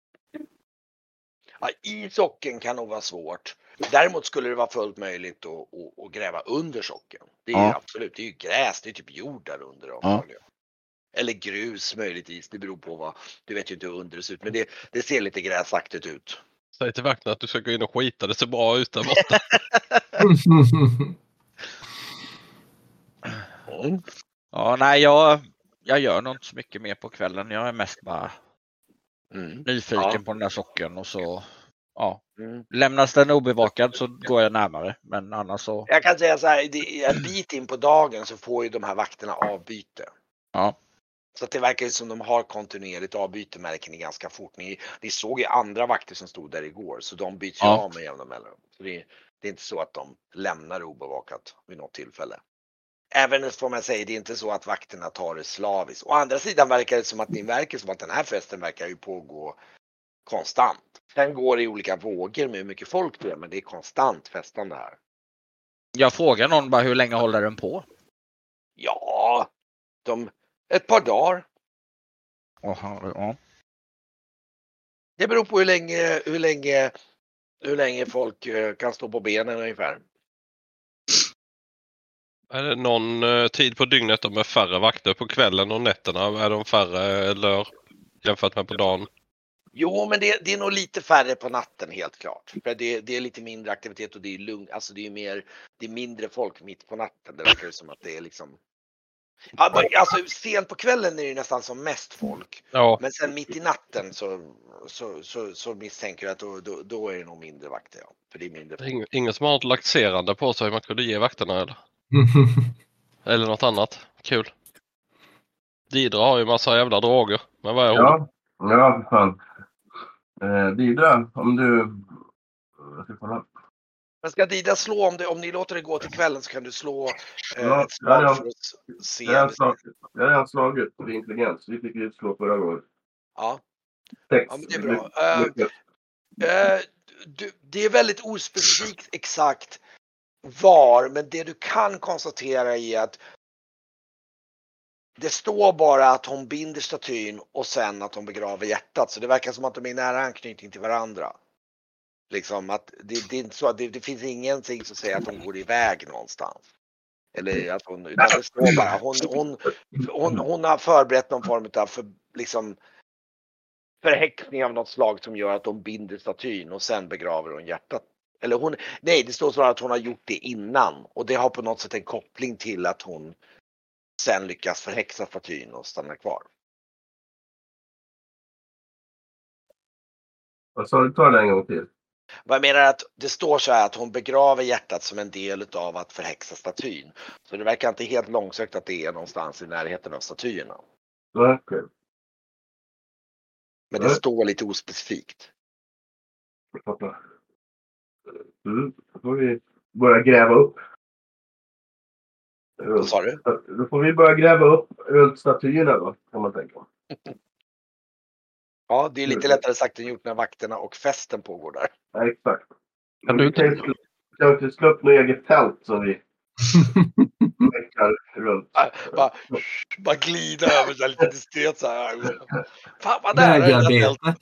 Ja, i socken kan nog vara svårt. Däremot skulle det vara fullt möjligt att, att, att gräva under socken. Det är Ja. ju absolut, det är ju gräs, det är typ jord där under antagligen. Eller grus möjligtvis, det beror på vad, du vet ju inte hur under det ser ut, men det, det ser lite gräsaktigt ut. Säg till vakten att du ska gå in och skita, det ser bra ut där borta. Mm. Ja, nej jag, jag gör nog inte så mycket mer på kvällen. Jag är mest bara Mm. nyfiken Ja. på den där socken och så ja. Mm. Lämnas den obevakad så går jag närmare, men annars så. Jag kan säga så här, det är en bit in på dagen så får ju de här vakterna avbyte. Ja. Så att det verkar ju som de har kontinuerligt avbyte, märker ni ganska fort. Ni, ni såg ju andra vakter som stod där igår, så de byts ju Ja. av med jämna mellanrum. Så det, det är inte så att de lämnar obevakat vid något tillfälle. Även får man säga, det är inte så att vakterna tar det slaviskt. Å andra sidan verkar det som att ni verkar som att den här festen verkar ju pågå konstant. Sen går det i olika vågor med hur mycket folk det är, men det är konstant festande här. Jag frågar någon bara hur länge håller den på? Ja, de, ett par dagar. Aha, ja. Det beror på hur länge, hur länge, hur länge folk eh, kan stå på benen ungefär. Är det någon eh, tid på dygnet de är färre vakter på kvällen och nätterna? Är de färre eller jämfört med på dagen? Jo, men det, det är nog lite färre på natten helt klart. För det, det är lite mindre aktivitet och det är lugnt. Alltså det är mer, det är mindre folk mitt på natten. Det verkar som att det är liksom. Ja, men alltså sent på kvällen är det ju nästan som mest folk. Ja, Men sen mitt i natten så, så, så, så misstänker jag att då, då, då är det nog mindre vakter. Ja. För det är mindre folk. ingen, ingen som har något laxerande på sig man kunde ge vakterna eller? Eller något annat. Kul. Didra har ju massa jävla droger. Men vad är hon? Ja, ja fan. Eh, Didra, om du... Jag ska kolla. Men ska Dida slå om det, om ni låter det gå till kvällen så kan du slå eh, Ja, ett slag ja, ja. för att se. Jag har redan slagit. Jag har redan slagit för intelligens. Vi fick ju slå förra gången. Ja. Sex. Ja, men det är bra. Uh, uh, du, det är väldigt ospecifikt exakt var, men det du kan konstatera är att det står bara att hon binder statyn och sen att hon begraver hjärtat. Så det verkar som att de är i nära anknytning till varandra. Liksom att det, det är inte så att det, det finns ingenting som säger att hon går iväg någonstans. Eller att hon, utan det står bara hon, hon, hon, hon har förberett någon form av för, liksom förhäxning av något slag som gör att hon binder statyn och sen begraver hon hjärtat. Eller hon, nej det står så att hon har gjort det innan och det har på något sätt en koppling till att hon sen lyckas förhäxa statyn och stanna kvar. Vad sa du? Ta det en gång till. Vad jag menar är att det står så här att hon begraver hjärtat som en del av att förhäxa statyn. Så det verkar inte helt långsökt att det är någonstans i närheten av statyerna. Okej. Men det står lite ospecifikt. Jag fattar. Mm. Då får vi börja gräva upp. Vad sa du? Då får vi börja gräva upp runt statyerna då, kan man tänka. Ja, det är lite lättare sagt än gjort när vakterna och festen pågår där. Ja, exakt. Kan Men du vi kan ju slå- kan inte slå upp något eget tält som vi veckar runt. Bara, bara, bara glida över så här lite diskret så här. Fan vad nära det där tältet.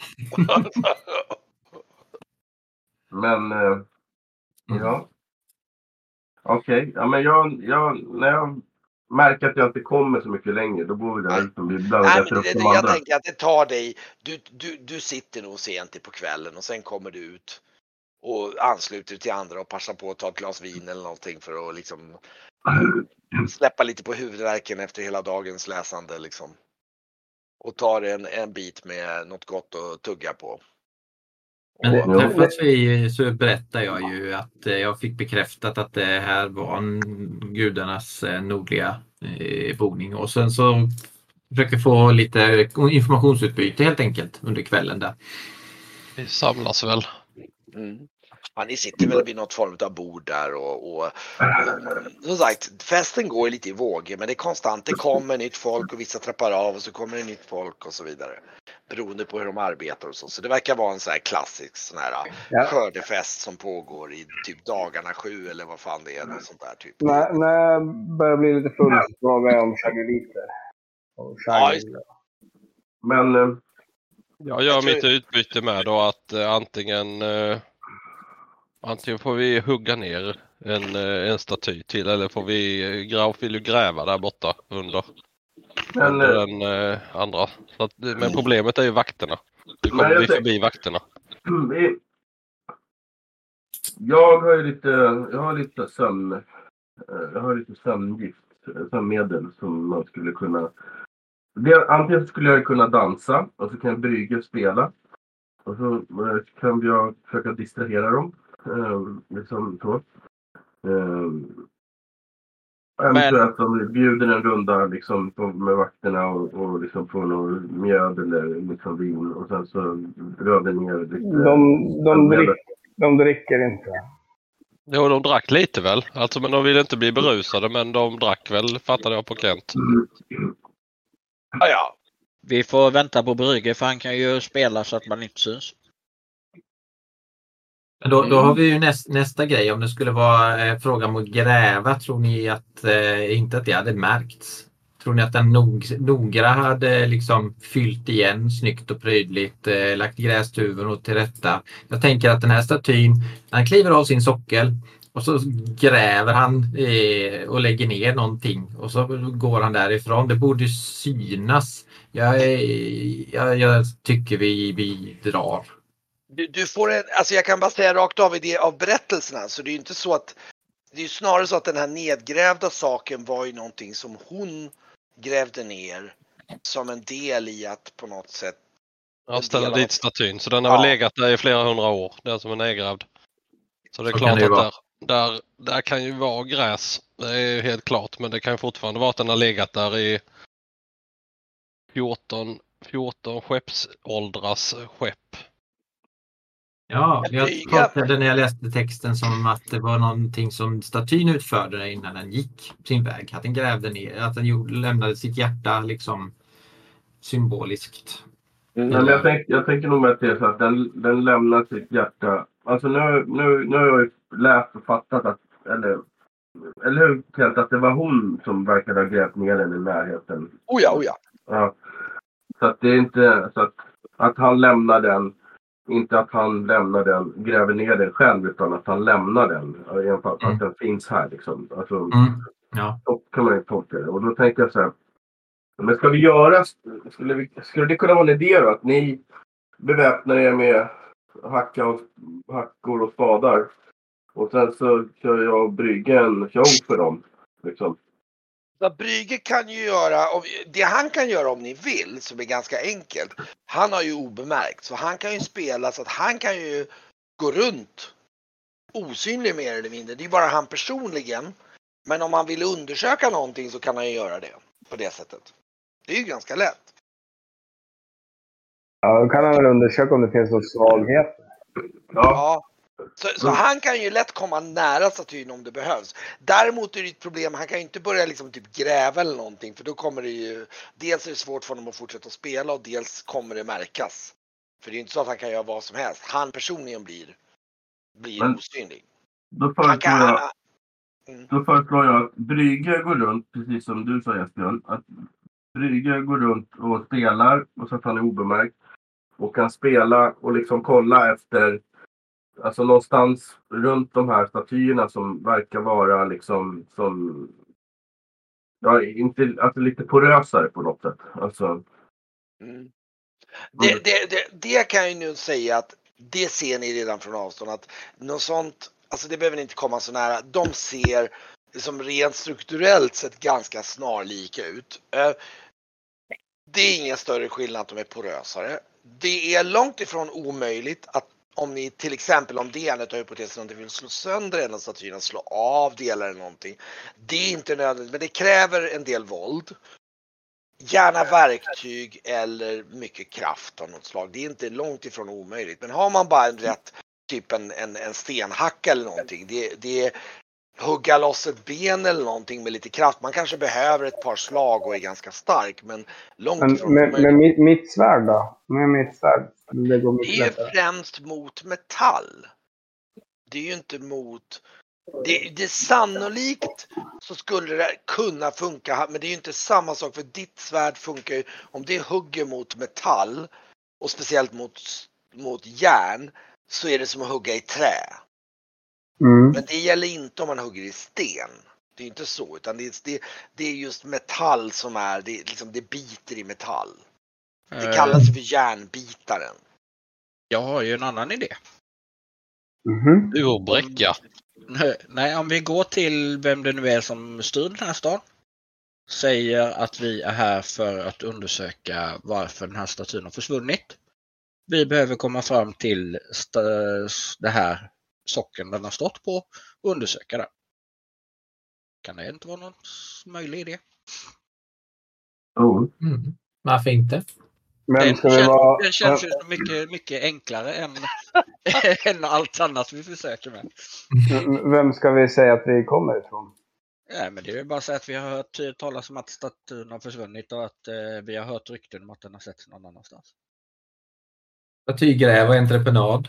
Men, eh, ja. Okej, okay. Ja men jag, jag, när jag märker att jag inte kommer så mycket längre, då bor jag ut och blir bland Nej, annat men upp det, de det, jag andra. tänker att det tar dig, du, du, du sitter nog sent på kvällen och sen kommer du ut och ansluter till andra och passar på att ta ett glas vin eller någonting för att liksom släppa lite på huvudvärken efter hela dagens läsande liksom. Och tar en, en bit med något gott att tugga på. Men Och- träffas vi så berättar jag ju att eh, jag fick bekräftat att det här var en gudarnas eh, nordliga eh, boning och sen så försöker få lite informationsutbyte helt enkelt under kvällen där. Vi samlas väl. Mm. Ja, ni sitter väl vid något form av bord där och, och, och som sagt, festen går lite i vågor men det är konstant, det kommer nytt folk och vissa trappar av och så kommer det nytt folk och så vidare. Beroende på hur de arbetar och så. Så det verkar vara en sån här klassisk sån här Ja. skördefest som pågår i typ dagarna sju eller vad fan det är. Något sånt där typ. När, när jag börjar bli lite full så frågar jag om chaguliter. Och Ja, just chagul. Men, eh, Jag gör Jag tror- mitt utbyte med då att eh, antingen eh, antingen får vi hugga ner en, eh, en staty till eller får vi eh, Grauf vill ju gräva där borta under, men, under eh, den eh, andra. Så att, men problemet är ju vakterna. Nu Men kommer jag vi tänk- förbi vakterna. vi, jag har ju lite, jag har lite sömn, eh, jag har lite sömngift, eh, sömnmedel som man skulle kunna, det, antingen skulle jag kunna dansa och så kan jag brygga och spela. Och så eh, kan jag försöka distrahera dem. Eh, liksom så. Eh, eventuellt om vi bjuder en runda liksom, på, med vakterna och, och liksom får någon mjöd eller liksom vin. Och sen så rör vi ner lite. De, de, drick, de dricker inte. Jo, de drack lite väl. Alltså, men de ville inte bli berusade, men de drack väl, fattade jag på Kent. Ja, ja. Vi får vänta på Brygge för han kan ju spela så att man inte syns. Men Då, då har vi ju näst, nästa grej. Om det skulle vara eh, fråga om att gräva, tror ni att eh, inte att det hade märkts? Tror ni att den nog, nogra hade liksom fyllt igen snyggt och prydligt, eh, lagt grästuven och till rätta? Jag tänker att den här statyn, han kliver av sin sockel och så gräver han eh, och lägger ner någonting och så går han därifrån. Det borde synas. Jag, jag, jag tycker vi, vi drar. Du, du får en, alltså jag kan bara säga rakt av i det av berättelserna så det är ju inte så att det är ju snarare så att den här nedgrävda saken var ju någonting som hon grävde ner som en del i att på något sätt. Jag ställer del dit av- statyn. Så den har Ja. väl legat där i flera hundra år. Den som är nedgrävd. Så det är Så klart kan det ju att vara. där, där, där kan ju vara gräs. Det är ju helt klart. Men det kan ju fortfarande vara att den har legat där i fjorton, fjorton skeppsåldras skepp. Ja, jag Flyga. tolkade när jag läste texten som att det var någonting som statyn utförde innan den gick sin väg. Att den grävde ner, att den gjorde, lämnade sitt hjärta liksom symboliskt. Nej, men jag, tänk, jag tänker nog med att det är så att den, den lämnar sitt hjärta. Alltså nu, nu, nu har jag ju läst och fattat att, eller, eller hur Kent, att det var hon som verkade ha grävt ner den i närheten. Oh ja, oh ja. Ja. Så att det är inte så att, att han lämnar den, inte att han lämnar den, gräver ner den själv utan att han lämnar den. I alla fall att den finns här liksom. Alltså, Mm. Ja. så kan man ju tolka det. Och då tänker jag så här. Men ska vi göra, skulle, vi, skulle det kunna vara en idé då att ni beväpnar er med hacka och, hackor och spadar. Och sen så kör jag och brygga en show för dem. Liksom. Så Brygge kan ju göra, och det han kan göra om ni vill, som är ganska enkelt. Han har ju obemärkt, så han kan ju spela så att han kan ju gå runt osynlig mer eller mindre. Det är bara han personligen. Men om han vill undersöka någonting så kan han ju göra det på det sättet. Det är ju ganska lätt. Ja, då kan han väl undersöka om det finns någon svaghet. Ja, Ja, Så, så han kan ju lätt komma nära statyn om det behövs. Däremot är det ett problem, han kan ju inte börja liksom typ gräva eller någonting, för då kommer det ju, dels är det svårt för honom att fortsätta att spela och dels kommer det märkas. För det är ju inte så att han kan göra vad som helst. Han personligen blir, blir Men osynlig. Då Han föreslår, kan, jag, mm. då föreslår jag att Brygge går runt, precis som du sa Esbjörn, att Brygge går runt och spelar och så att han är obemärkt och kan spela och liksom kolla efter, alltså någonstans runt de här statyerna som verkar vara liksom som, ja, inte, alltså lite porösare på något sätt. Alltså, Mm. Det, det, det, det kan jag ju nu säga att det ser ni redan från avstånd, att något sånt, alltså det behöver inte komma så nära. De ser liksom rent strukturellt sett ganska snarlika ut. Det är ingen större skillnad att de är porösare. Det är långt ifrån omöjligt att om ni till exempel, om det är en av hypotesen att ni vill slå sönder en av statyerna, slå av delar eller någonting. Det är inte nödvändigt, men det kräver en del våld. Gärna verktyg eller mycket kraft av något slag. Det är inte långt ifrån omöjligt. Men har man bara en rätt, typ en, en, en stenhacka eller någonting. Det, det är hugga loss ett ben eller någonting med lite kraft. Man kanske behöver ett par slag och är ganska stark. Men långt Men ifrån med, omöjligt. med mitt, mitt svärd då? Med mitt svärd? Det, går mycket Det är ju lättare. främst mot metall. Det är ju inte mot... Det, det är sannolikt så skulle det kunna funka, men det är ju inte samma sak, för ditt svärd funkar ju om det hugger mot metall och speciellt mot, mot järn, så är det som att hugga i trä. Mm. Men det gäller inte om man hugger i sten. Det är inte så, utan det är, det, det är just metall som är, det, liksom, det biter i metall. Det kallas för järnbitaren. Jag har ju en annan idé. Mhm. Urbräcka. Nej, om vi går till vem det nu är som styr den här stan. Säger att vi är här för att undersöka varför den här statyn har försvunnit. Vi behöver komma fram till st- det här socken den har stått på och undersöka den. Kan det inte vara någon möjlig idé? oh. Mm. Varför inte? Men Den ska vi känns, vara... den känns ju så mycket, mycket enklare än, än allt annat vi försöker med. Vem ska vi säga att vi kommer ifrån? Nej, men det är ju bara så att vi har hört talas om att statyn har försvunnit och att eh, vi har hört rykten om att den har setts någon annanstans. Statygräv och entreprenad.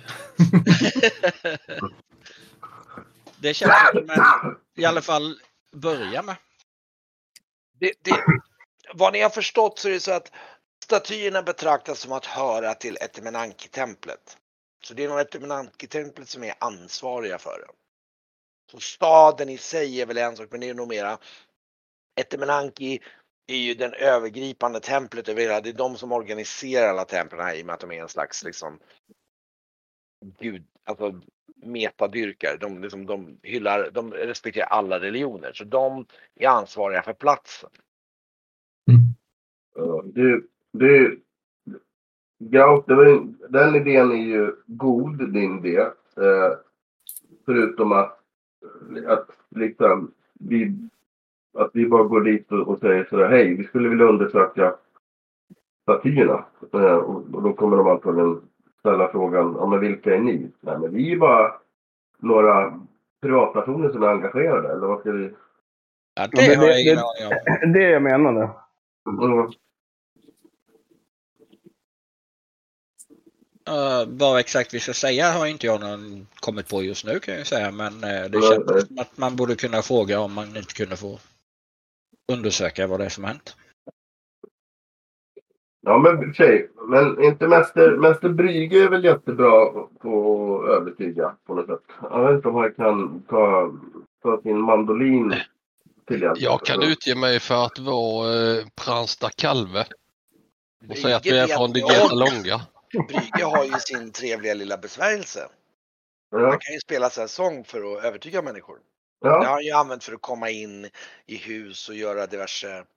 Det känns som en, i alla fall börja med. Det, det, vad ni har förstått så är det så att statyerna betraktas som att höra till Etemenanki-templet. Så det är nog Etemenanki-templet som är ansvariga för det. Så staden i sig är väl en sak, men det är nog mera Etemenanki är ju den övergripande templet över hela. Det är de som organiserar alla templen här, i och med att de är en slags liksom gud, alltså metadyrkare. De, liksom, de hyllar, de respekterar alla religioner, så de är ansvariga för platsen. Ja, det, det, ja, det var, den idén är ju god, din idé. Eh, förutom att, att, liksom, vi, att vi bara går dit och, och säger sådär, hej, vi skulle vilja undersöka statyerna. Eh, och, och då kommer de antagligen ställa frågan, ja, men vilka är ni? Nej, men vi är bara några privatpersoner som är engagerade, eller vad ska vi? Ja, det Ja, har det- jag ingen det- aning om. Det jag menade. Mm. Uh, vad exakt vi ska säga har inte jag någon kommit på just nu, kan jag säga. Men uh, det Nej, känns nej. som att man borde kunna fråga om man inte kunde få undersöka vad det är som har hänt. Ja, men tjej, men inte Mäster, Mäster Brygge är väl jättebra på att övertyga på något sätt. Jag vet inte om han kan ta, ta sin mandolin till hjälp. Jag kan utge mig för att vara eh, Pransta Kalve. Och säga att vi är Brygge från vet Digeta jag. Långa. Brygge har ju sin trevliga lilla besvärjelse. Ja, Han kan ju spela så här sång för att övertyga människor. Det ja. har han ju använt för att komma in i hus och göra diverse...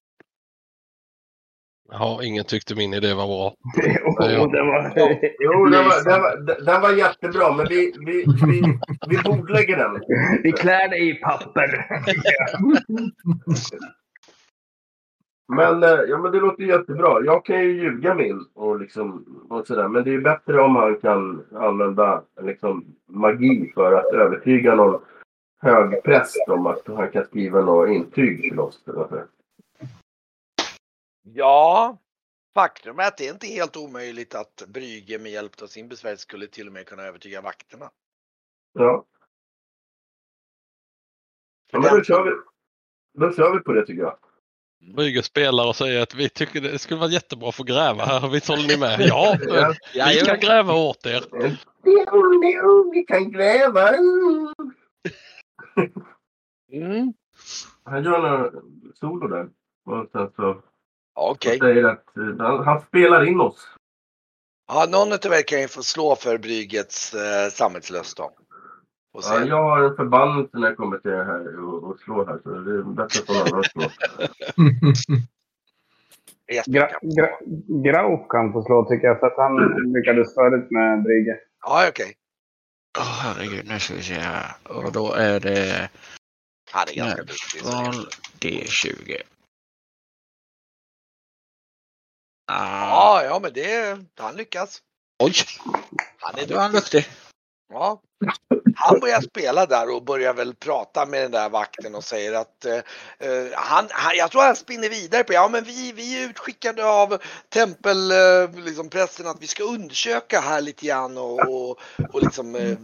Ja, ingen tyckte min idé var bra. Oh, Ja. det var... Jo, den var, den, var, den var jättebra, men vi, vi, vi, vi bordlägger den. Vi klär dig i papper. Men, eh, ja, men det låter jättebra. Jag kan ju ljuga min och liksom och sådär. Men det är ju bättre om han kan använda liksom magi för att övertyga någon hög präst om att han kan skriva något intyg till oss. Eller? Ja, faktum är att det är inte helt omöjligt att Brygge med hjälp av sin besvär skulle till och med kunna övertyga vakterna. Ja. Ja, men då kör vi. Då kör vi på det tycker jag. Brygge spelar och säger att vi tycker det skulle vara jättebra att få gräva här. Visst håller ni med? Ja, vi kan gräva åt er. Vi kan gräva. Mm. Han gör några solo där. Och sen så Okej. säger att han, han spelar in oss. Ja, någon av er kan ju få slå för Bryggets eh, sammetslöst då. Och se. Ja, jag har en förbannelse när jag kommer till det här och, och slår här. Så det är bättre att någon annan slår. Gra, gra, Grauf kan få slå tycker jag. För att han lyckades förut med Brygge. Ja, okej. Åh oh, herregud, nu ska vi se här. Och då är det... Han är ganska duktig. Val D tjugo. Ah. Ja, ja, men det... Han lyckas. Oj! Han är Då duktig. är han duktig. Ja. Han börjar spela där och börjar väl prata med den där vakten och säger att eh, han, han, jag tror han spinner vidare på, ja men vi, vi är utskickade av tempel, eh, liksom prästen att vi ska undersöka här lite grann och, och, och liksom eh,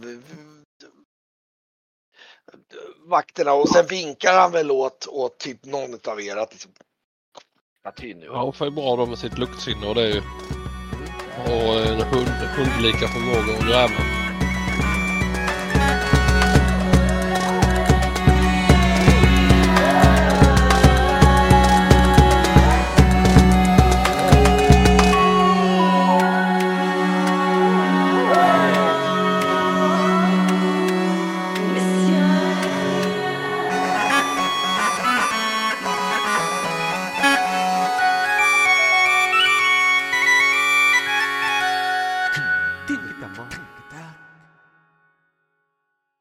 vakterna och sen vinkar han väl åt, åt typ någon av er att liksom nu. Ja, och får ju bra då med sitt luktsinne och det är ju och en hund, hundlika förmåga att gräva.